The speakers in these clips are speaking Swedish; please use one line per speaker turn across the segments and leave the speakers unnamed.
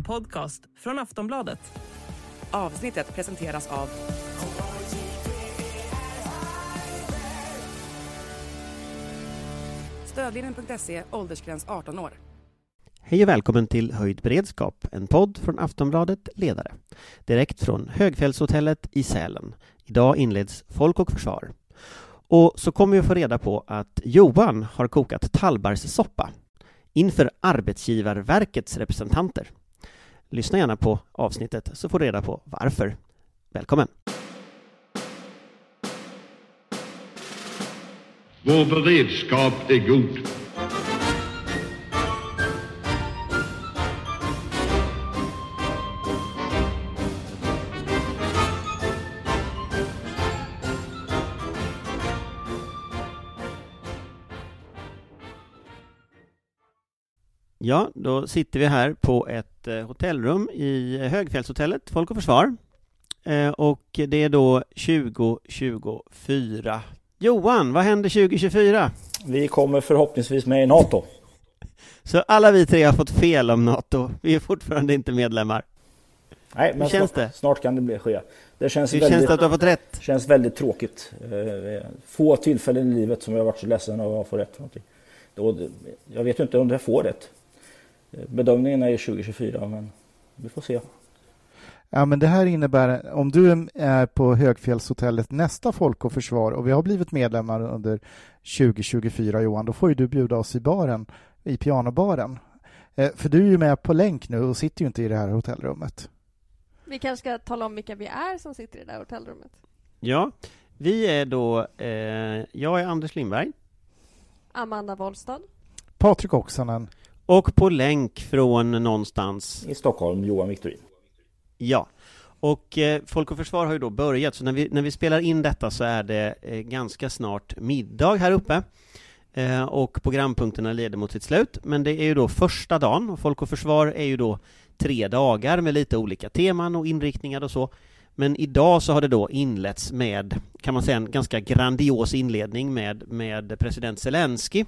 En podcast från Aftonbladet. Avsnittet presenteras av Stödlinjen.se, åldersgräns 18 år.
Hej och välkommen till Höjd beredskap, en podd från Aftonbladet Ledare. Direkt från Högfjällshotellet i Sälen. Idag inleds Folk och Försvar. Och så kommer vi få reda på att Johan har kokat tallbarrssoppa inför Arbetsgivarverkets representanter. Lyssna gärna på avsnittet så får du reda på varför. Välkommen!
Vår beredskap är god.
Ja, då sitter vi här på ett hotellrum i Högfjällshotellet, Folk och Försvar. Och det är då 2024. Johan, vad händer 2024?
Vi kommer förhoppningsvis med i NATO.
Så alla vi tre har fått fel om NATO. Vi är fortfarande inte medlemmar.
Nej, men snart kan det ske. Det känns
det att du har fått rätt?
Känns väldigt tråkigt. Få tillfällen i livet som jag har varit så ledsen av att få rätt för någonting. Jag vet inte om det får rätt. Bedömningen är ju 2024, men vi får se.
Ja, men det här innebär, om du är på Högfjällshotellet nästa Folk och Försvar och vi har blivit medlemmar under 2024, Johan, då får ju du bjuda oss i baren, i pianobaren. För du är ju med på länk nu och sitter ju inte i det här hotellrummet.
Vi kanske ska tala om vilka vi är som sitter i det här hotellrummet.
Ja, vi är då, jag är Anders Lindberg.
Amanda Wollstad.
Patrik Oksanen.
Och på länk från någonstans
i Stockholm, Johan Victorin.
Ja, och Folk och Försvar har ju då börjat, så när vi spelar in detta så är det ganska snart middag här uppe. Och programpunkterna leder mot sitt slut, men det är ju då första dagen och Folk och Försvar är ju då 3 dagar med lite olika teman och inriktningar och så. Men idag så har det då inletts med, kan man säga, en ganska grandios inledning med president Zelensky.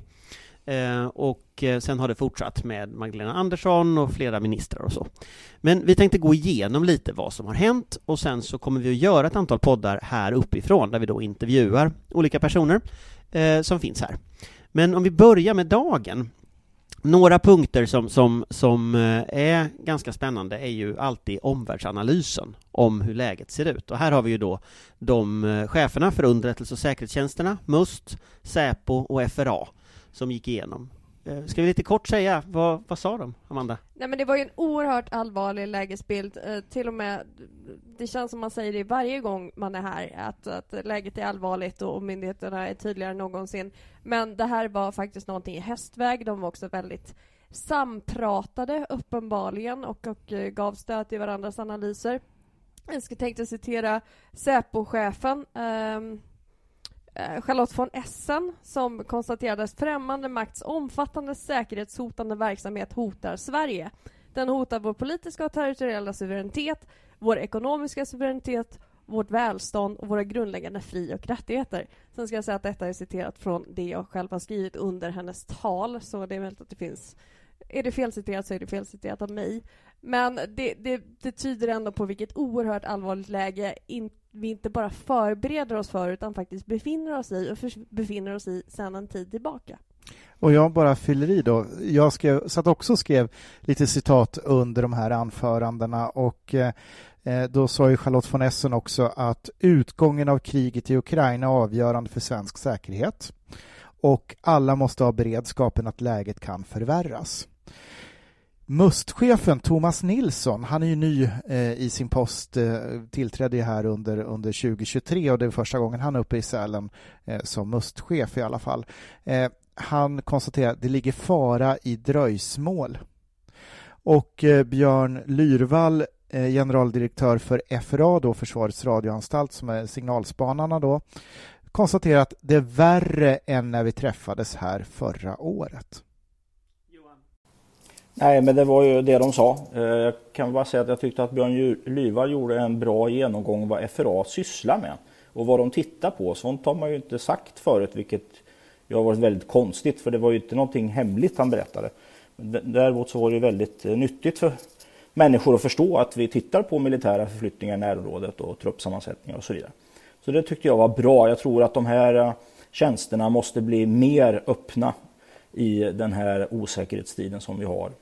Och sen har det fortsatt med Magdalena Andersson och flera ministrar och så. Men vi tänkte gå igenom lite vad som har hänt och sen så kommer vi att göra ett antal poddar här uppifrån där vi då intervjuar olika personer som finns här. Men om vi börjar med dagen. Några punkter som är ganska spännande är ju alltid omvärldsanalysen om hur läget ser ut. Och här har vi ju då de cheferna för underrättelse- och säkerhetstjänsterna, MUST, Säpo och FRA som gick igenom. Ska vi lite kort säga, vad sa de, Amanda?
Nej, men det var ju en oerhört allvarlig lägesbild. Till och med, det känns som man säger det varje gång man är här, att läget är allvarligt och myndigheterna är tydligare än någonsin. Men det här var faktiskt någonting i hästväg. De var också väldigt sampratade uppenbarligen och gav stöd till varandras analyser. Jag ska tänkte citera Säpo-chefen Charlotte von Essen som konstaterade att främmande makts omfattande säkerhetshotande verksamhet hotar Sverige. Den hotar vår politiska och territoriella suveränitet, vår ekonomiska suveränitet, vårt välstånd och våra grundläggande fri- och rättigheter. Sen ska jag säga att detta är citerat från det jag själv har skrivit under hennes tal, så det är väl att det finns. Är det felciterat så är det felciterat av mig. Men det tyder ändå på vilket oerhört allvarligt läge vi inte bara förbereder oss för utan faktiskt befinner oss i sedan en tid tillbaka.
Och jag bara fyller i då. Jag satt också och skrev lite citat under de här anförandena och då sa ju Charlotte von Essen också att utgången av kriget i Ukraina är avgörande för svensk säkerhet och alla måste ha beredskapen att läget kan förvärras. MUST-chefen Thomas Nilsson, han är ju ny i sin post, tillträdde här under 2023 och det är första gången han är uppe i Sälen som MUST-chef i alla fall. Han konstaterar att det ligger fara i dröjsmål. Och Björn Lyrvall, generaldirektör för FRA, då Försvarets radioanstalt som är signalspanarna då, konstaterar att det är värre än när vi träffades här förra året.
Nej, men det var ju det de sa. Jag kan bara säga att jag tyckte att Björn Lyrvall gjorde en bra genomgång vad FRA sysslar med och vad de tittar på. Sånt har man ju inte sagt förut, vilket ju har varit väldigt konstigt, för det var ju inte någonting hemligt han berättade. Däremot så var det väldigt nyttigt människor att förstå att vi tittar på militära förflyttningar i närområdet och truppsammansättningar och så vidare. Så det tyckte jag var bra. Jag tror att de här tjänsterna måste bli mer öppna i den här osäkerhetstiden som vi har.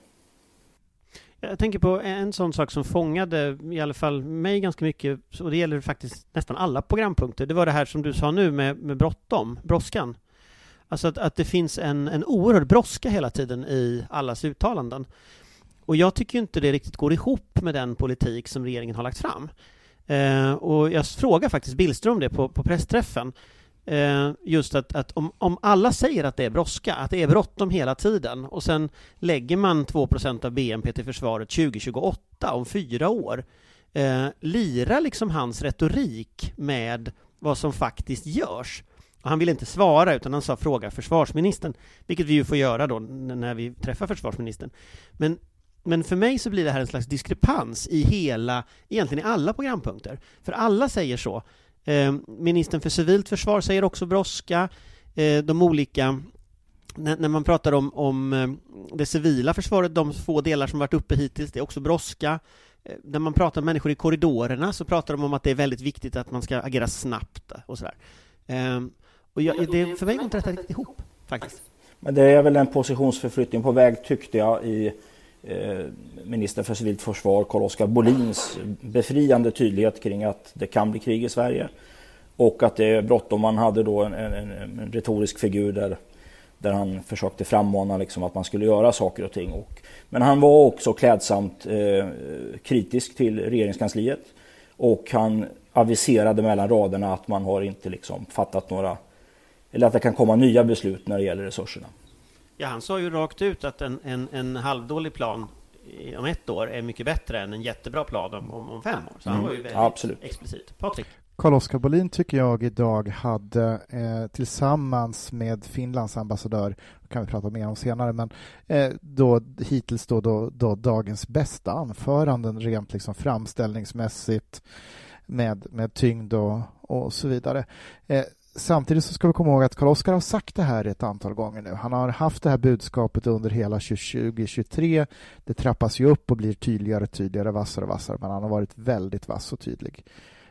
Jag tänker på en sån sak som fångade i alla fall mig ganska mycket, och det gäller faktiskt nästan alla programpunkter. Det var det här som du sa nu med brådskan. Alltså att det finns en oerhörd brådska hela tiden i allas uttalanden. Och jag tycker inte det riktigt går ihop med den politik som regeringen har lagt fram. Och jag frågar faktiskt Billström det på pressträffen. Just att om alla säger att det är brådska, att det är bråttom hela tiden, och sen lägger man 2% av BNP till försvaret 2028 om 4 år, lirar liksom hans retorik med vad som faktiskt görs. Och han ville inte svara, utan han sa fråga försvarsministern, vilket vi ju får göra då när vi träffar försvarsministern. Men för mig så blir det här en slags diskrepans egentligen i alla programpunkter. För alla säger så. Ministern för civilt försvar säger också brådska. De olika, när man pratar om det civila försvaret, de få delar som varit uppe hittills, det är också brådska. När man pratar med människor i korridorerna så pratar de om att det är väldigt viktigt att man ska agera snabbt och sådär. Och det för mig går inte detta riktigt ihop faktiskt.
Men det är väl en positionsförflyttning på väg, tyckte jag, i minister för civilt försvar Carl-Oskar Bolins befriande tydlighet kring att det kan bli krig i Sverige och att det är bråttom. Man hade då en retorisk figur där han försökte frammana liksom att man skulle göra saker och ting. Men han var också klädsamt kritisk till regeringskansliet, och han aviserade mellan raderna att man har inte liksom fattat några, eller att det kan komma nya beslut när det gäller resurserna.
Ja, han sa ju rakt ut att en halvdålig plan om 1 år är mycket bättre än en jättebra plan om 5 år. Så han var ju väldigt explicit. Patrik?
Carl-Oskar Bolin tycker jag idag hade tillsammans med Finlands ambassadör, kan vi prata mer om senare, men hittills då dagens bästa anföranden rent liksom framställningsmässigt med tyngd och så vidare. Samtidigt så ska vi komma ihåg att Carl-Oskar har sagt det här ett antal gånger nu. Han har haft det här budskapet under hela 2023. Det trappas ju upp och blir tydligare, vassare och vassare. Men han har varit väldigt vass och tydlig.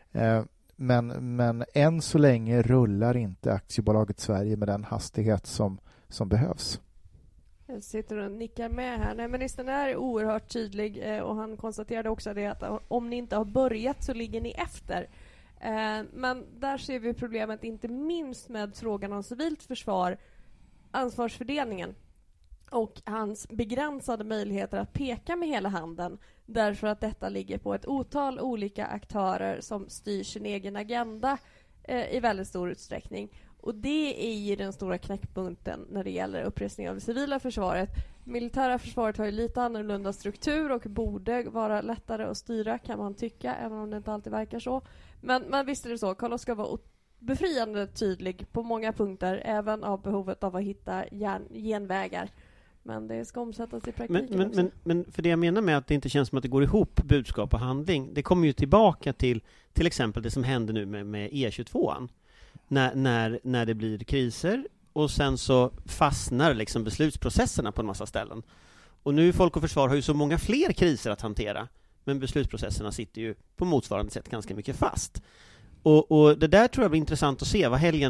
Men än så länge rullar inte aktiebolaget Sverige med den hastighet som behövs.
Jag sitter och nickar med här. Nej, ministern är oerhört tydlig, och han konstaterade också det att om ni inte har börjat så ligger ni efter. Men där ser vi problemet inte minst med frågan om civilt försvar, ansvarsfördelningen och hans begränsade möjligheter att peka med hela handen, därför att detta ligger på ett otal olika aktörer som styr sin egen agenda i väldigt stor utsträckning. Och det är ju den stora knäckpunkten när det gäller upprustning av det civila försvaret. Militära försvaret har ju lite annorlunda struktur och borde vara lättare att styra, kan man tycka, även om det inte alltid verkar så. Men visst är det så. Carl-Oskar var befriande tydlig på många punkter, även av behovet av att hitta genvägar. Men det ska omsättas i praktiken.
Men för det jag menar med att det inte känns som att det går ihop budskap och handling, det kommer ju tillbaka till exempel det som händer nu med E22an. När det blir kriser, och sen så fastnar liksom beslutsprocesserna på en massa ställen. Och nu Folk och Försvar har ju så många fler kriser att hantera, men beslutsprocesserna sitter ju på motsvarande sätt ganska mycket fast. Och det där tror jag blir intressant att se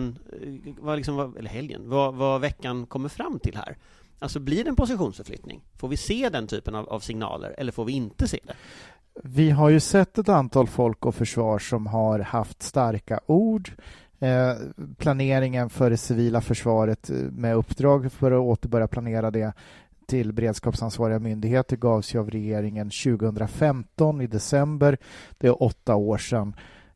vad veckan kommer fram till här. Alltså, blir det en positionsförflyttning? Får vi se den typen av signaler, eller får vi inte se det?
Vi har ju sett ett antal Folk och Försvar som har haft starka ord. Planeringen för det civila försvaret med uppdrag för att återbörja planera det till beredskapsansvariga myndigheter gavs ju av regeringen 2015 i december. Det är 8 år sedan.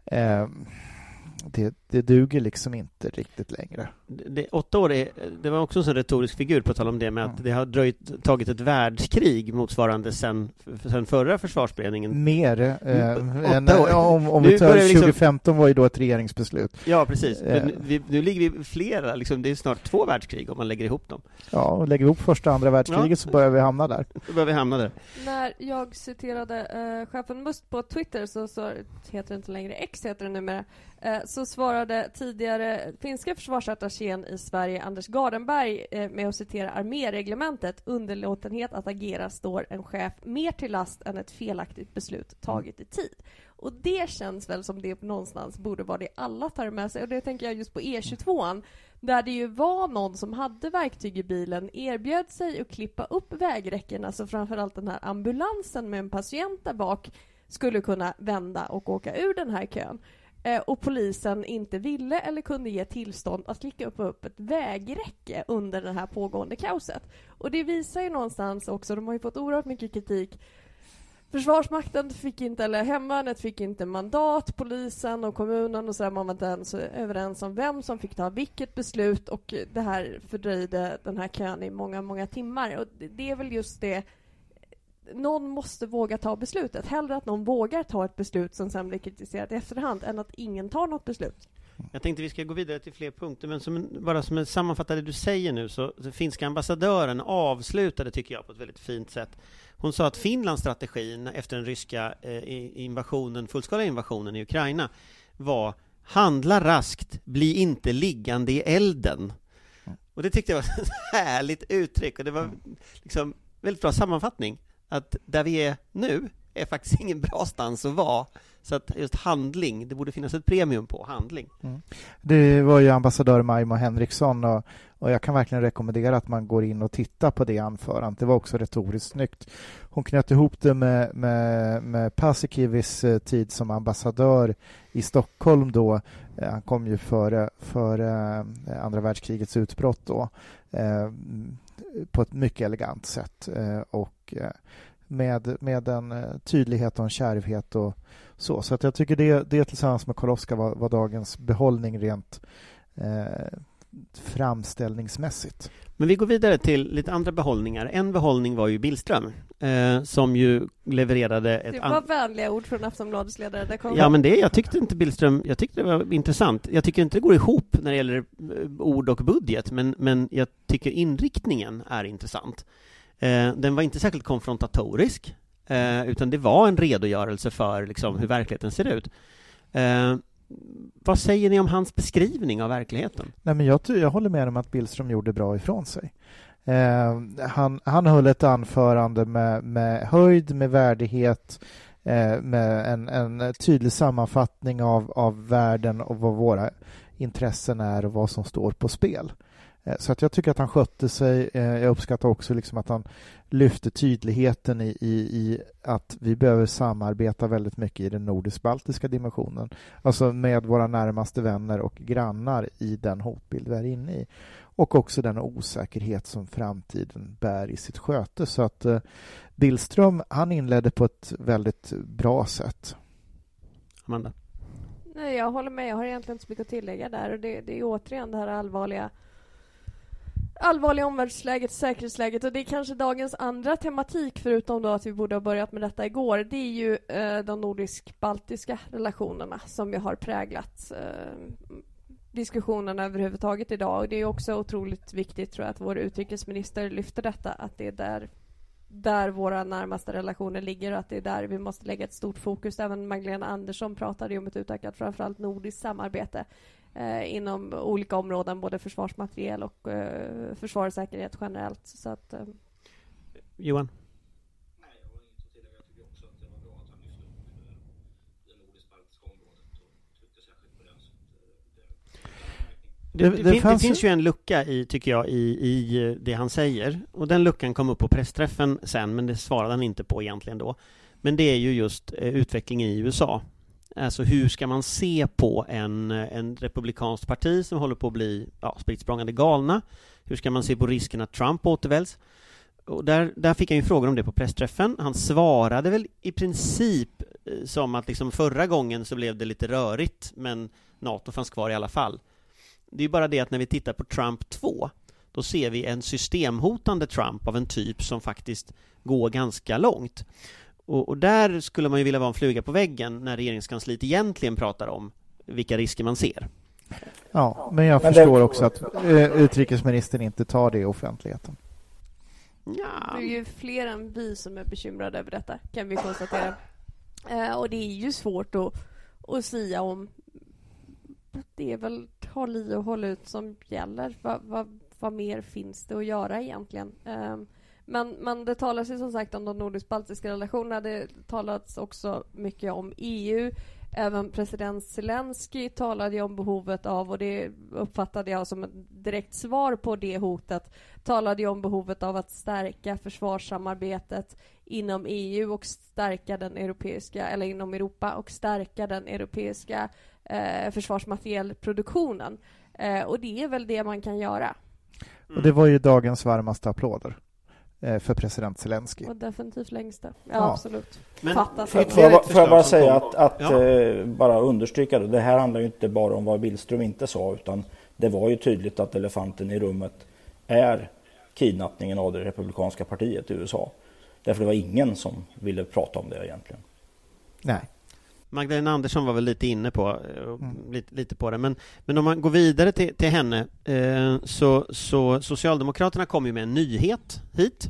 Det duger liksom inte riktigt längre.
8 år det var också en sån retorisk figur på tal om det med att det har tagit ett världskrig motsvarande sen förra försvarsberedningen.
Mer om vi tar 2015 var ju då ett regeringsbeslut.
Ja, precis. Men nu ligger vi flera, liksom, det är snart 2 världskrig om man lägger ihop dem.
Ja, och lägger vi ihop första och andra världskriget så börjar vi hamna där.
När jag citerade chefen Must på Twitter så heter det inte längre X, heter det numera. så svarade tidigare finska försvarsattachén i Sverige Anders Gardenberg med att citera arméreglementet: underlåtenhet att agera står en chef mer till last än ett felaktigt beslut taget i tid. Och det känns väl som det någonstans borde vara det alla tar med sig. Och det tänker jag just på E22, där det ju var någon som hade verktyg i bilen, erbjöd sig att klippa upp vägräcken, alltså framförallt den här ambulansen med en patient där bak skulle kunna vända och åka ur den här kön. Och polisen inte ville eller kunde ge tillstånd att klicka upp ett vägräcke under det här pågående kaoset. Och det visar ju någonstans också, de har ju fått oerhört mycket kritik. Försvarsmakten fick inte, eller hemvärnet fick inte mandat, polisen och kommunen och så där, man var inte ens överens om vem som fick ta vilket beslut, och det här fördröjde den här kön i många, många timmar. Och det är väl just det, någon måste våga ta beslutet. Hellre att någon vågar ta ett beslut som sen blir kritiserat i efterhand än att ingen tar något beslut.
Jag tänkte vi ska gå vidare till fler punkter, men bara som en sammanfattning det du säger nu, så finska ambassadören avslutade, tycker jag, på ett väldigt fint sätt. Hon sa att Finlands strategin efter den ryska fullskaliga invasionen i Ukraina var: handla raskt, bli inte liggande i elden. Och det tyckte jag var ett härligt uttryck, och det var liksom väldigt bra sammanfattning, att där vi är nu är faktiskt ingen bra stans att vara. Så att just handling, det borde finnas ett premium på handling.
Det var ju ambassadör Majmo Henriksson, och jag kan verkligen rekommendera att man går in och tittar på det anförandet. Det var också retoriskt snyggt. Hon knöt ihop det med Paasikivis tid som ambassadör i Stockholm då. Han kom ju före andra världskrigets utbrott då, på ett mycket elegant sätt, och med en tydlighet och en kärvhet och så att jag tycker det tillsammans med Karl-Oskar var dagens behållning rent framställningsmässigt.
Men vi går vidare till lite andra behållningar. En behållning var ju Billström, som ju levererade ett...
Det var vänliga ord från Aftonbladets ledare.
Ja, men jag tyckte inte Billström... Jag tyckte det var intressant. Jag tycker inte det går ihop när det gäller ord och budget, men jag tycker inriktningen är intressant. Den var inte särskilt konfrontatorisk, utan det var en redogörelse för liksom hur verkligheten ser ut. Vad säger ni om hans beskrivning av verkligheten?
Nej, men jag håller med om att Billström gjorde bra ifrån sig. Han höll ett anförande med höjd, med värdighet, med en tydlig sammanfattning av världen och vad våra intressen är och vad som står på spel. Så att jag tycker att han skötte sig. Jag uppskattar också liksom att han lyfte tydligheten i att vi behöver samarbeta väldigt mycket i den nordisk-baltiska dimensionen. Alltså med våra närmaste vänner och grannar i den hotbild vi är inne i. Och också den osäkerhet som framtiden bär i sitt sköte. Så att Billström, han inledde på ett väldigt bra sätt.
Amanda?
Nej, jag håller med. Jag har egentligen inte så mycket att tillägga där. Och det är återigen det här allvarliga omvärldsläget, säkerhetsläget, och det är kanske dagens andra tematik, förutom då att vi borde ha börjat med detta igår. Det är ju de nordisk-baltiska relationerna som ju har präglat diskussionerna överhuvudtaget idag, och det är också otroligt viktigt, tror jag, att vår utrikesminister lyfter detta, att det är där våra närmaste relationer ligger och att det är där vi måste lägga ett stort fokus. Även Magdalena Andersson pratade ju om ett utökat framförallt nordiskt samarbete inom olika områden, både försvarsmateriel och försvar och säkerhet generellt. Så att,
Johan?
Nej, jag har inget att tillägga. Jag tycker också att det var bra att han lyfte upp det nordisk-baltiska området och tryckte särskilt på
det finns ju en lucka i det han säger, och den luckan kom upp på pressträffen sen, men det svarade han inte på egentligen då. Men det är ju just utvecklingen i USA. Alltså hur ska man se på en republikanskt parti som håller på att bli spritt språngande galna? Hur ska man se på risken att Trump återväljs? Och där fick han ju frågor om det på pressträffen. Han svarade väl i princip som att liksom förra gången så blev det lite rörigt, men NATO fanns kvar i alla fall. Det är ju bara det att när vi tittar på Trump 2, då ser vi en systemhotande Trump av en typ som faktiskt går ganska långt. Och där skulle man ju vilja vara en fluga på väggen när regeringskansliet egentligen pratar om vilka risker man ser.
Ja, men jag förstår också att utrikesministern inte tar det i offentligheten.
Ja. Det är ju fler än vi som är bekymrade över detta, kan vi konstatera. Och det är ju svårt att sia om det är väl håll i och håll ut som gäller. Vad mer finns det att göra egentligen? Men det talas ju som sagt om de nordisk-baltiska relationerna. Det talats också mycket om EU. Även president Zelensky talade ju om behovet av, och det uppfattade jag som ett direkt svar på det hotet, talade ju om behovet av att stärka försvarssamarbetet inom EU och stärka den europeiska, eller inom Europa, och stärka den europeiska försvarsmaterielproduktionen. Och det är väl det man kan göra.
Och det var ju dagens varmaste applåder för president Zelensky.
Och definitivt längsta. Ja. Absolut.
Men
Får jag bara säga att bara understryka det här handlar ju inte bara om vad Billström inte sa, utan det var ju tydligt att elefanten i rummet är kidnappningen av det republikanska partiet i USA. Därför det var ingen som ville prata om det egentligen.
Nej.
Magdalena Andersson var väl lite inne på lite på det, men om man går vidare till henne, så Socialdemokraterna kom ju med en nyhet hit,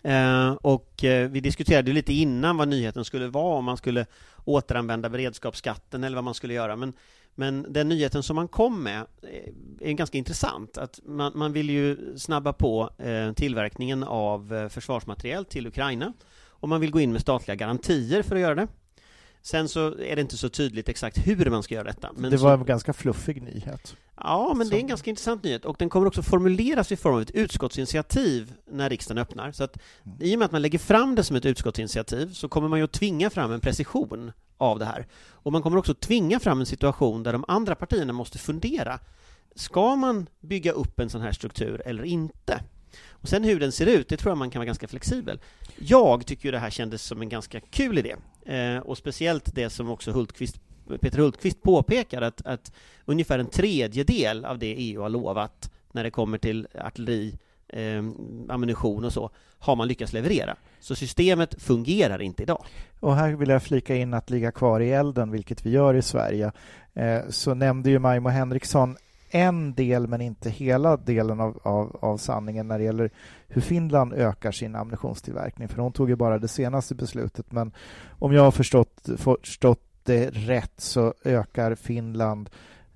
och vi diskuterade ju llite innan vad nyheten skulle vara, om man skulle återanvända beredskapsskatten eller vad man skulle göra, men den nyheten som man kom med är ganska intressant, att man vill ju snabba på tillverkningen av försvarsmateriel till Ukraina, och man vill gå in med statliga garantier för att göra det. Sen så är det inte så tydligt exakt hur man ska göra detta. Men
det var en ganska fluffig nyhet.
Ja, men det är en ganska intressant nyhet. Och den kommer också formuleras i form av ett utskottsinitiativ när riksdagen öppnar. Så att i och med att man lägger fram det som ett utskottsinitiativ så kommer man ju att tvinga fram en precision av det här. Och man kommer också tvinga fram en situation där de andra partierna måste fundera. Ska man bygga upp en sån här struktur eller inte? Och sen hur den ser ut, det tror jag man kan vara ganska flexibel. Jag tycker ju det här kändes som en ganska kul idé. Och speciellt det som också Peter Hultqvist påpekar, att ungefär en tredjedel av det EU har lovat när det kommer till artilleri, ammunition och så, har man lyckats leverera. Så systemet fungerar inte idag.
Och här vill jag flika in att ligga kvar i elden, vilket vi gör i Sverige. Så nämnde ju Majmo Henriksson en del men inte hela delen av sanningen när det gäller hur Finland ökar sin ammunitionstillverkning. För hon tog ju bara det senaste beslutet, men om jag har förstått det rätt så ökar Finland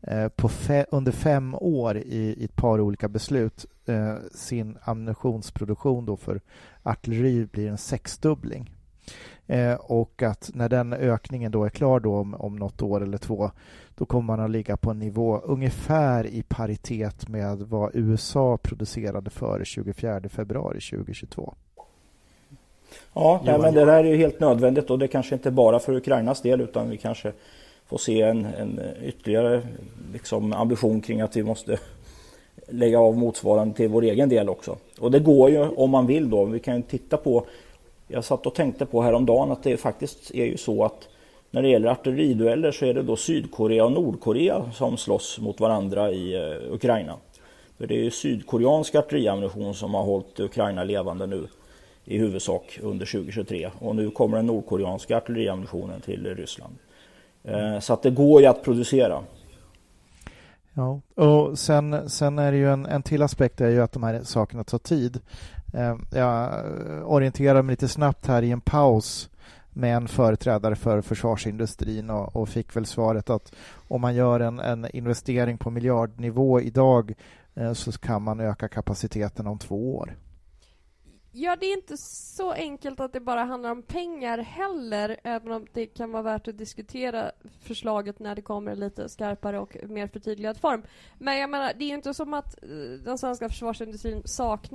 under 5 år i ett par olika beslut sin ammunitionsproduktion då för artilleri blir en 6-dubbling. Och att när den ökningen då är klar då om något år eller 2, då kommer man att ligga på en nivå ungefär i paritet med vad USA producerade före 24 februari 2022.
Ja, men det där är ju helt nödvändigt, och det kanske inte bara för Ukrainas del, utan vi kanske får se en ytterligare ambition kring att vi måste lägga av motsvarande till vår egen del också. Och det går ju om man vill då. Vi kan ju titta på, jag satt och tänkte på häromdagen att det faktiskt är ju så att när det gäller artilleridueller så är det då Sydkorea och Nordkorea som slåss mot varandra i Ukraina. För det är ju sydkoreansk artilleriammunition som har hållit Ukraina levande nu i huvudsak under 2023. Och nu kommer den nordkoreanska artilleriammunitionen till Ryssland. Så att det går ju att producera.
Ja, och sen är det ju en till aspekt är ju att de här sakerna tar tid. Jag orienterar mig lite snabbt här i en paus med en företrädare för försvarsindustrin och fick väl svaret att om man gör en investering på miljardnivå idag så kan man öka kapaciteten om 2 år.
Ja, det är inte så enkelt att det bara handlar om pengar heller, även om det kan vara värt att diskutera förslaget när det kommer lite skarpare och mer förtydligad form. Men jag menar, det är ju inte som att den svenska försvarsindustrin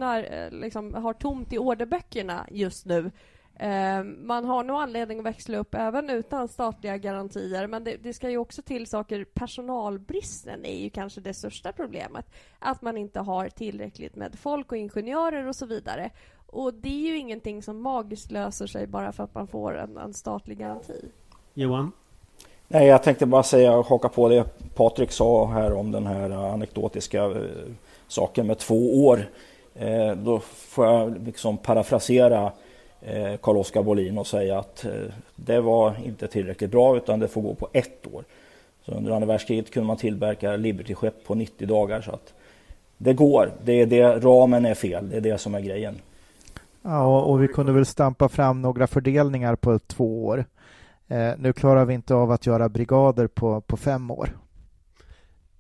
har tomt i orderböckerna just nu. Man har nog anledning att växla upp även utan statliga garantier, men det ska ju också till saker. Personalbristen är ju kanske det största problemet, att man inte har tillräckligt med folk och ingenjörer och så vidare, och det är ju ingenting som magiskt löser sig bara för att man får en statlig garanti.
Johan?
Nej, jag tänkte bara haka på det Patrik sa här om den här anekdotiska saken med 2 år. Då får jag parafrasera Carl-Oskar Bolin och säga att det var inte tillräckligt bra, utan det får gå på 1 år. Så under andra världskriget kunde man tillverka Liberty-skepp på 90 dagar, så att det går. Ramen är fel, det är det som är grejen.
Ja, och vi kunde väl stampa fram några fördelningar på 2 år. Nu klarar vi inte av att göra brigader på 5 år.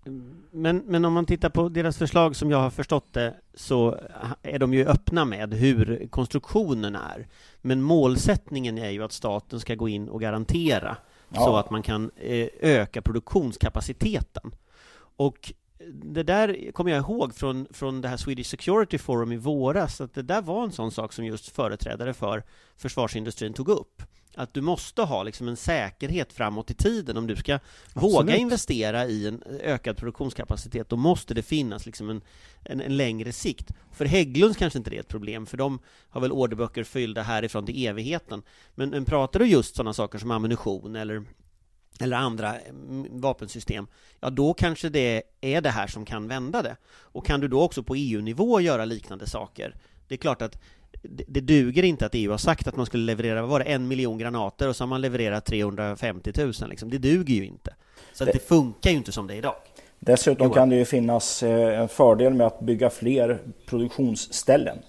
Men om man tittar på deras förslag som jag har förstått det, så är de ju öppna med hur konstruktionen är. Men målsättningen är ju att staten ska gå in och garantera så att man kan öka produktionskapaciteten. Och det där kommer jag ihåg från det här Swedish Security Forum i våras, att det där var en sån sak som just företrädare för försvarsindustrin tog upp. Att du måste ha liksom en säkerhet framåt i tiden om du ska våga investera i en ökad produktionskapacitet. Då måste det finnas liksom en längre sikt. För Hägglunds kanske inte det är ett problem, för de har väl orderböcker fyllda härifrån till evigheten. Men pratar du just sådana saker som ammunition eller andra vapensystem, ja då kanske det är det här som kan vända det. Och kan du då också på EU-nivå göra liknande saker? Det är klart att det duger inte att EU har sagt att man skulle leverera, vad var det, 1 miljon granater och så har man levererat 350 000 liksom. Det duger ju inte. Så att det funkar ju inte som det är idag.
Dessutom kan det ju finnas en fördel med att bygga fler produktionsställen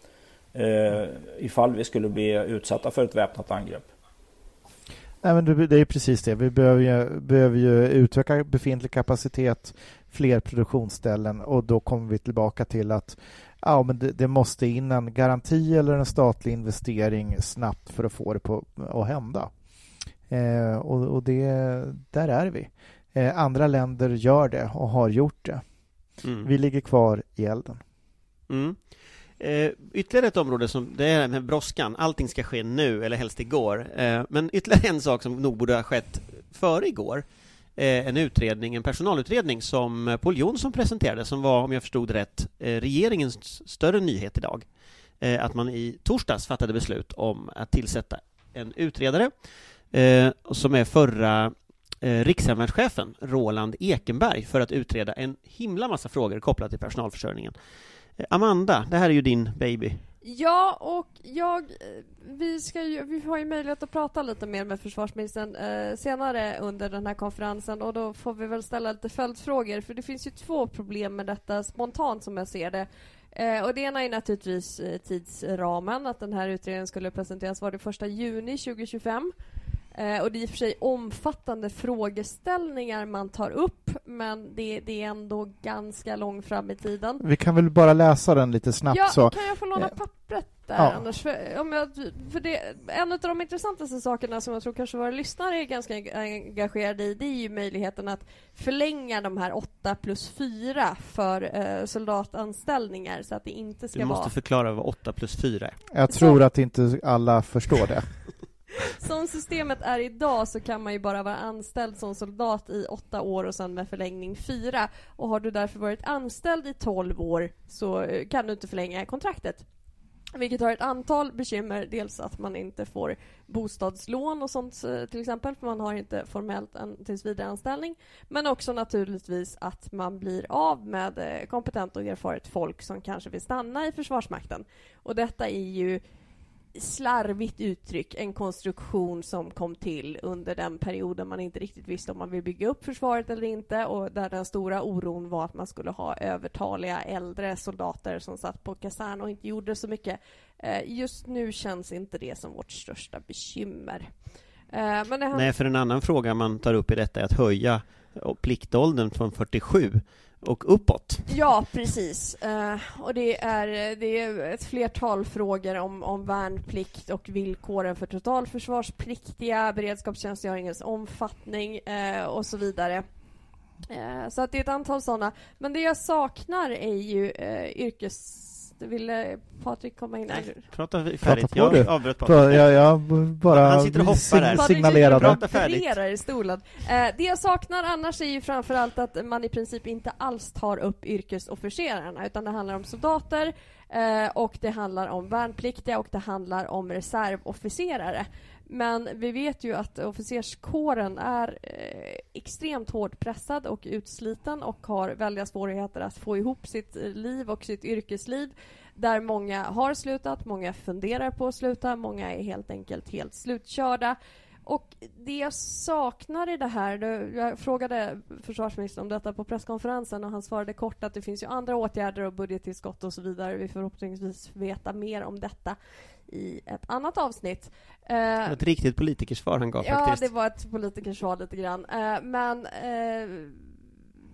ifall vi skulle bli utsatta för ett väpnat angrepp.
Nej, men det är precis det. Vi behöver ju utöka befintlig kapacitet, fler produktionsställen, och då kommer vi tillbaka till att men det måste in en garanti eller en statlig investering snabbt för att få det att hända. Och där är vi. Andra länder gör det och har gjort det. Vi ligger kvar i elden.
Ytterligare ett område som det är med brådskan, allting ska ske nu eller helst igår, men ytterligare en sak som nog borde ha skett före igår, en personalutredning som Pål Jonsson presenterade, som var, om jag förstod rätt, regeringens större nyhet idag, att man i torsdags fattade beslut om att tillsätta en utredare som är förra rikshemvärnschefen Roland Ekenberg, för att utreda en himla massa frågor kopplat till personalförsörjningen. Amanda, det här är ju din baby.
Ja, och vi har ju möjlighet att prata lite mer med försvarsministern senare under den här konferensen, och då får vi väl ställa lite följdfrågor, för det finns ju 2 problem med detta spontant som jag ser det. Och det ena är naturligtvis tidsramen, att den här utredningen skulle presenteras var det 1 juni 2025. Och det är i och för sig omfattande frågeställningar man tar upp, men det är ändå ganska långt fram i tiden.
Vi kan väl bara läsa den lite snabbt.
Ja,
så.
Kan jag få låna pappret där?
Ja.
Annars, för det, en av de intressantaste sakerna som jag tror kanske våra lyssnare är ganska engagerade i, det är ju möjligheten att förlänga de här 8+4 för soldatanställningar, så att det inte ska vara...
Du måste förklara vad 8+4 är.
Jag tror att inte alla förstår det.
Som systemet är idag så kan man ju bara vara anställd som soldat i 8 år och sen med förlängning 4. Och har du därför varit anställd i 12 år så kan du inte förlänga kontraktet. Vilket har ett antal bekymmer. Dels att man inte får bostadslån och sånt till exempel, för man har inte formellt en tillsvidareanställning. Men också naturligtvis att man blir av med kompetent och erfaret folk som kanske vill stanna i Försvarsmakten. Och detta är ju slarvigt uttryck, en konstruktion som kom till under den perioden man inte riktigt visste om man vill bygga upp försvaret eller inte, och där den stora oron var att man skulle ha övertaliga äldre soldater som satt på kasern och inte gjorde så mycket. Just nu känns inte det som vårt största bekymmer.
Nej, för en annan fråga man tar upp i detta är att höja pliktåldern från 47 och uppåt.
Ja, precis. Och det är ett flertal frågor om värnplikt och villkoren för totalförsvarspliktiga, beredskapstjänstgöringens omfattning och så vidare. Så att det är ett antal sådana. Men det jag saknar är ju Ville Patrik komma in?
Nej, prata färdigt.
Jag
avbröt Patrik.
Jag bara
han sitter och hoppar där.
Signalerade.
Prata färdigt.
I stolen. Det jag saknar annars är ju framförallt att man i princip inte alls tar upp yrkesofficerarna, utan det handlar om soldater och det handlar om värnpliktiga och det handlar om reservofficerare. Men vi vet ju att officerskåren är extremt hårt pressad och utsliten och har väldiga svårigheter att få ihop sitt liv och sitt yrkesliv. Där många har slutat, många funderar på att sluta, många är helt enkelt helt slutkörda. Och det jag saknar i det här, jag frågade försvarsministern om detta på presskonferensen och han svarade kort att det finns ju andra åtgärder och budgettillskott och så vidare. Vi får förhoppningsvis veta mer om detta i ett annat avsnitt.
Ett riktigt politikersvar han gav faktiskt.
Ja, det var ett politikersvar lite grann. Men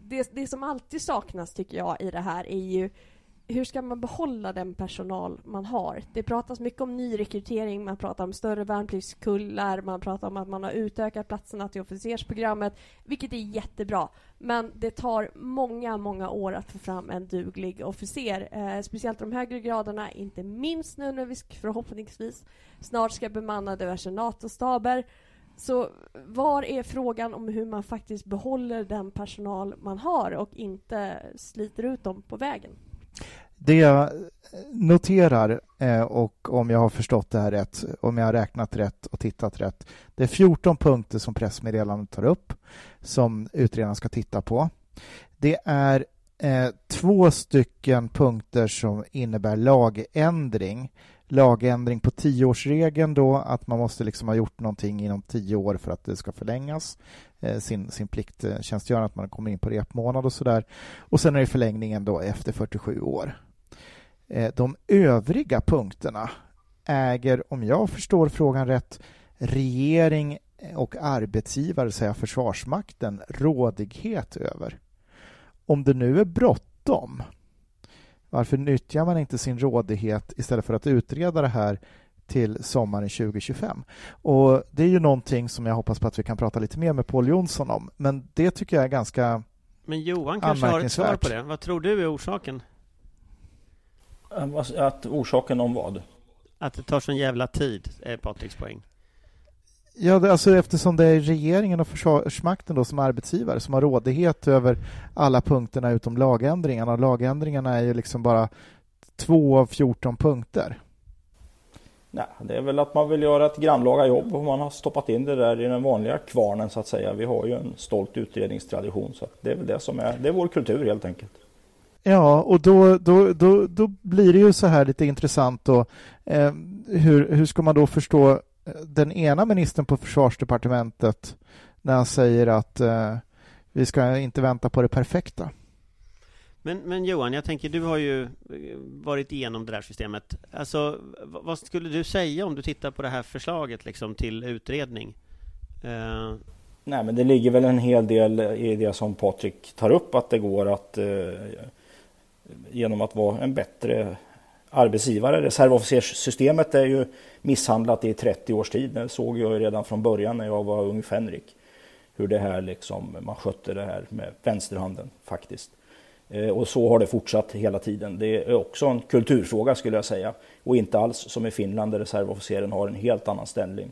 det som alltid saknas tycker jag i det här är ju hur ska man behålla den personal man har? Det pratas mycket om nyrekrytering, man pratar om större värnpliktskullar, man pratar om att man har utökat platserna till officersprogrammet, vilket är jättebra. Men det tar många år att få fram en duglig officer. Speciellt de högre graderna, inte minst nu när vi förhoppningsvis snart ska bemanna diverse NATO-staber. Så var är frågan om hur man faktiskt behåller den personal man har och inte sliter ut dem på vägen?
Det jag noterar, och om jag har förstått det här rätt, om jag har räknat rätt och tittat rätt, det är 14 punkter som pressmeddelandet tar upp som utredaren ska titta på. Det är 2 stycken punkter som innebär lagändring. Lagändring på 10-årsregeln då, att man måste liksom ha gjort någonting inom 10 år för att det ska förlängas sin plikttjänstgöring, att man kommer in på repmånad och sådär. Och sen är det förlängningen då efter 47 år. De övriga punkterna äger, om jag förstår frågan rätt, regering och arbetsgivare, säga Försvarsmakten, rådighet över. Om det nu är bråttom, varför nyttjar man inte sin rådighet istället för att utreda det här till sommaren 2025? Och det är ju någonting som jag hoppas på att vi kan prata lite mer med Pål Jonsson om. Men det tycker jag är ganska
Men Johan kanske har ett svar på det. Vad tror du är orsaken?
Att orsaken om vad?
Att det tar sån jävla tid är Patriks poäng.
Ja, alltså eftersom det är regeringen och Försvarsmakten då som arbetsgivare som har rådighet över alla punkterna utom lagändringarna. Och lagändringarna är ju liksom bara 2 av 14 punkter.
Nej, det är väl att man vill göra ett grannlaga jobb och man har stoppat in det där i den vanliga kvarnen så att säga. Vi har ju en stolt utredningstradition, så att det är väl det som är vår kultur helt enkelt.
Ja, och då blir det ju så här lite intressant då. Hur ska man då förstå den ena ministern på Försvarsdepartementet när han säger att vi ska inte vänta på det perfekta?
Men Johan, jag tänker, du har ju varit igenom det där systemet. Alltså, vad skulle du säga om du tittar på det här förslaget liksom, till utredning?
Nej, men det ligger väl en hel del i det som Patrik tar upp, att det går att genom att vara en bättre arbetsgivare. Reservofficerssystemet är ju misshandlat i 30 års tid. Det såg jag redan från början när jag var ung fänrik. Hur det här liksom, man skötte det här med vänsterhanden faktiskt. Och så har det fortsatt hela tiden. Det är också en kulturfråga skulle jag säga. Och inte alls som i Finland där reservofficeren har en helt annan ställning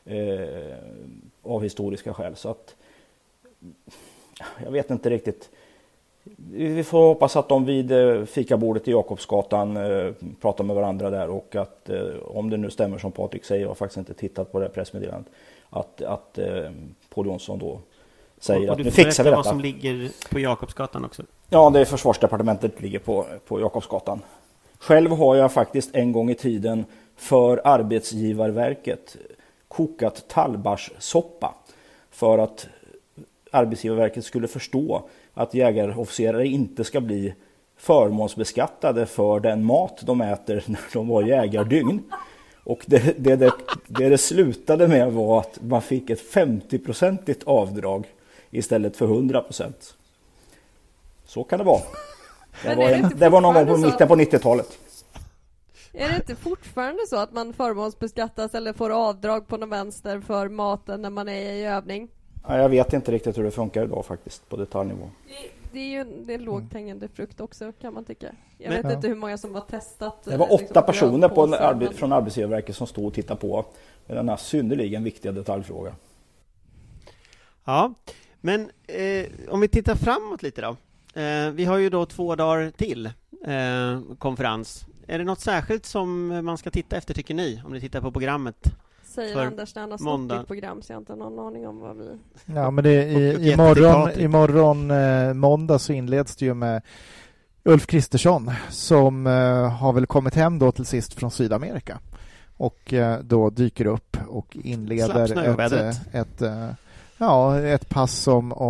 av historiska skäl. Så att jag vet inte riktigt. Vi får hoppas att de vid fikabordet i Jakobsgatan pratar med varandra där, och att om det nu stämmer som Patrik säger, jag har faktiskt inte tittat på det pressmeddelandet, att Pål Jonsson då säger att nu fixar vi detta.
Vad som ligger på Jakobsgatan också?
Ja, det är Försvarsdepartementet ligger på Jakobsgatan. Själv har jag faktiskt en gång i tiden för Arbetsgivarverket kokat tallbarssoppa för att Arbetsgivarverket skulle förstå att jägarofficerare inte ska bli förmånsbeskattade för den mat de äter när de var jägardygn. Och det slutade med var att man fick ett 50-procentigt avdrag istället för 100%. Så kan det vara. Det var någon gång på mitten på 90-talet.
Är det inte fortfarande så att man förmånsbeskattas eller får avdrag på någon vänster för maten när man är i övning?
Ja, jag vet inte riktigt hur det funkar idag faktiskt på detaljnivå.
Det är ju en lågt hängande frukt också kan man tycka. Jag vet inte hur många som har testat.
Det var 8 personer från Arbetsgivarverket som stod och tittade på denna synnerligen viktiga detaljfråga.
Ja, men om vi tittar framåt lite då. Vi har ju då 2 dagar till konferens. Är det något särskilt som man ska titta efter tycker ni? Om ni tittar på programmet.
Säger Anders när han har stått i ett program, så jag har inte någon aning om vad vi...
Ja, men det imorgon måndag så inleds det ju med Ulf Kristersson som har väl kommit hem då till sist från Sydamerika och då dyker upp och inleder ett pass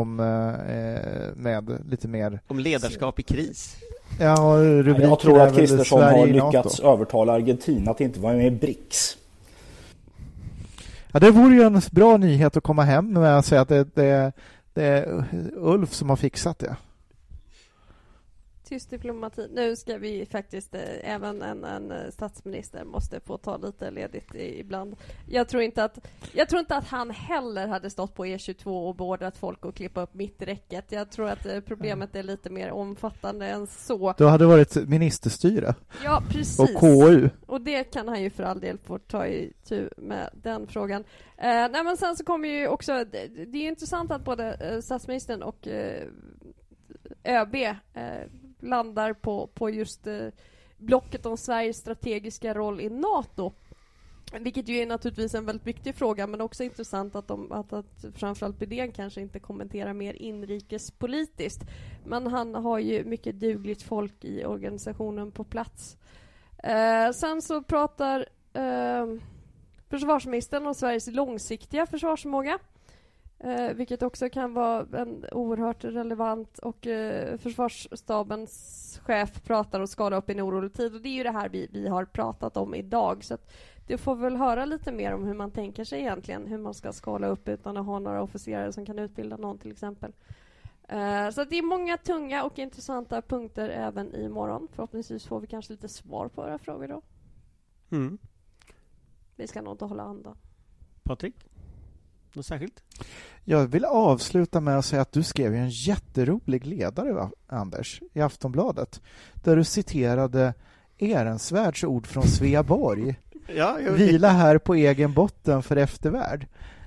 med lite mer...
Om ledarskap i kris.
Ja,
jag tror att Kristersson har lyckats övertala Argentina att inte vara med i BRICS.
Ja, det vore ju en bra nyhet att komma hem med att säga att det är Ulf som har fixat det.
Tyst diplomati. Nu ska vi faktiskt, även en statsminister måste få ta lite ledigt ibland. Jag tror inte att han heller hade stått på E22 och beordrat folk att klippa upp mitträcket. Jag tror att problemet är lite mer omfattande än så.
Då hade det varit ministerstyre.
Ja, precis.
Och KU.
Och det kan han ju för all del få ta itu med den frågan. Nej, men sen så kommer ju också, det är intressant att både statsministern och ÖB landar på just blocket om Sveriges strategiska roll i NATO. Vilket ju är naturligtvis en väldigt viktig fråga, men också intressant att framförallt Bydén kanske inte kommenterar mer inrikespolitiskt. Men han har ju mycket dugligt folk i organisationen på plats. Sen så pratar försvarsministern om Sveriges långsiktiga försvarsförmåga. Vilket också kan vara en oerhört relevant, och försvarsstabens chef pratar och skala upp i en orolig tid, och det är ju det här vi har pratat om idag, så att du får väl höra lite mer om hur man tänker sig egentligen, hur man ska skala upp utan att ha några officerare som kan utbilda någon till exempel. Så att det är många tunga och intressanta punkter även imorgon. Förhoppningsvis får vi kanske lite svar på våra frågor då. Vi ska nog inte hålla andan.
Patrik? Något särskilt?
Jag vill avsluta med att säga att du skrev en jätterolig ledare, Anders, i Aftonbladet, där du citerade Ehrensvärds ord från Sveaborg. Vila här på egen botten för eftervärld.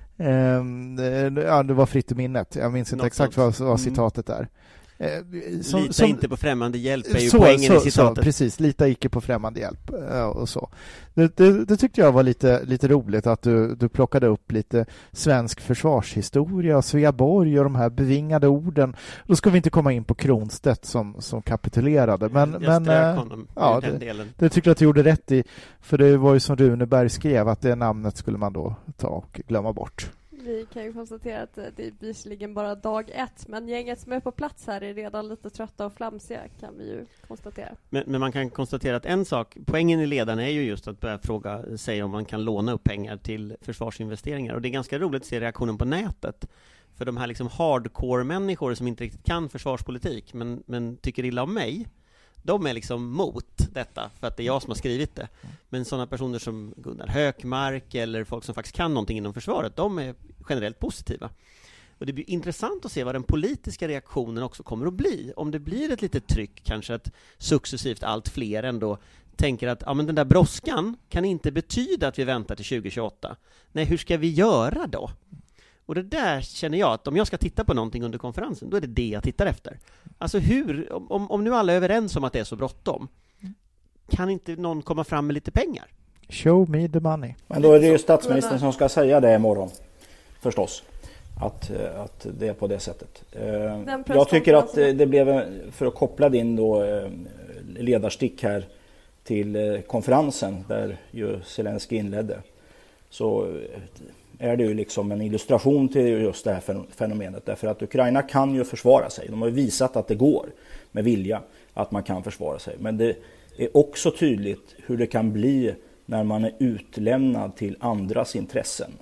Det var fritt i minnet. Jag minns inte exakt vad citatet är.
Lita inte på främmande hjälp är ju poängen i citatet.
Precis, lita icke på främmande hjälp och så. Det tyckte jag var lite roligt att du plockade upp lite svensk försvarshistoria och Sveaborg och de här bevingade orden. Då ska vi inte komma in på Kronstedt som kapitulerade. Men ja, det tyckte jag att du gjorde rätt i, för det var ju som Runeberg skrev, att det namnet skulle man då ta och glömma bort.
Vi kan ju konstatera att det är visserligen bara dag 1, men gänget som är på plats här är redan lite trötta och flamsiga, kan vi ju konstatera.
Men man kan konstatera att en sak, poängen i ledarna är ju just att börja fråga sig om man kan låna upp pengar till försvarsinvesteringar. Och det är ganska roligt att se reaktionen på nätet. För de här liksom hardcore-människor som inte riktigt kan försvarspolitik men tycker illa om mig, de är liksom mot detta för att det är jag som har skrivit det. Men sådana personer som Gunnar Hökmark eller folk som faktiskt kan någonting inom försvaret, de är generellt positiva. Och det blir intressant att se vad den politiska reaktionen också kommer att bli. Om det blir ett litet tryck, kanske att successivt allt fler ändå tänker att men den där brådskan kan inte betyda att vi väntar till 2028. Nej, hur ska vi göra då? Och det där känner jag att om jag ska titta på någonting under konferensen, då är det jag tittar efter. Alltså om nu alla är överens om att det är så bråttom, kan inte någon komma fram med lite pengar?
Show me the money.
Men då är det ju statsministern som ska säga det imorgon, förstås. Att det är på det sättet. Jag tycker att det blev, för att koppla din då ledarstick här till konferensen där ju Zelensky inledde, så är det ju liksom en illustration till just det här fenomenet. Därför att Ukraina kan ju försvara sig. De har ju visat att det går med vilja, att man kan försvara sig. Men det är också tydligt hur det kan bli när man är utlämnad till andras intressen.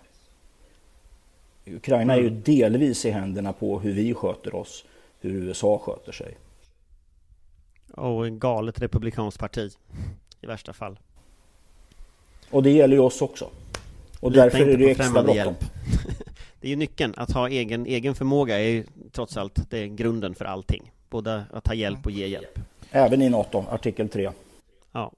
Ukraina är ju delvis i händerna på hur vi sköter oss, hur USA sköter sig.
Och en galet republikanskt parti i värsta fall.
Och det gäller ju oss också. Och därför är det extra bråttom.
Det är ju nyckeln. Att ha egen förmåga är ju trots allt det är grunden för allting. Både att ta hjälp och ge hjälp.
Även i NATO, artikel 3.
Ja.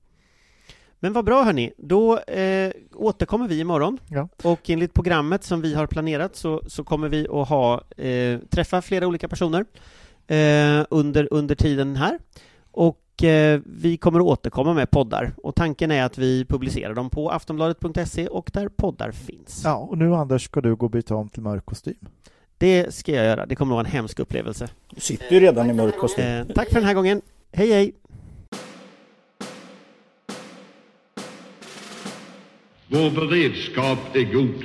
Men vad bra hörni. Då återkommer vi imorgon. Ja. Och enligt programmet som vi har planerat så kommer vi att ha träffa flera olika personer under tiden här. Och vi kommer att återkomma med poddar. Och tanken är att vi publicerar dem på aftonbladet.se och där poddar finns.
Ja, och nu Anders ska du gå och byta om till mörk kostym.
Det ska jag göra. Det kommer att vara en hemsk upplevelse.
Du sitter ju redan i mörk kostym.
Tack för den här gången. Hej hej!
Vår beredskap är god.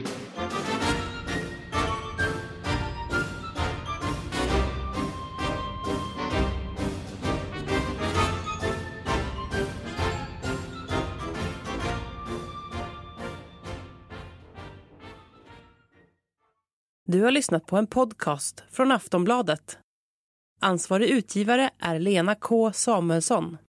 Du har lyssnat på en podcast från Aftonbladet. Ansvarig utgivare är Lena K. Samuelsson.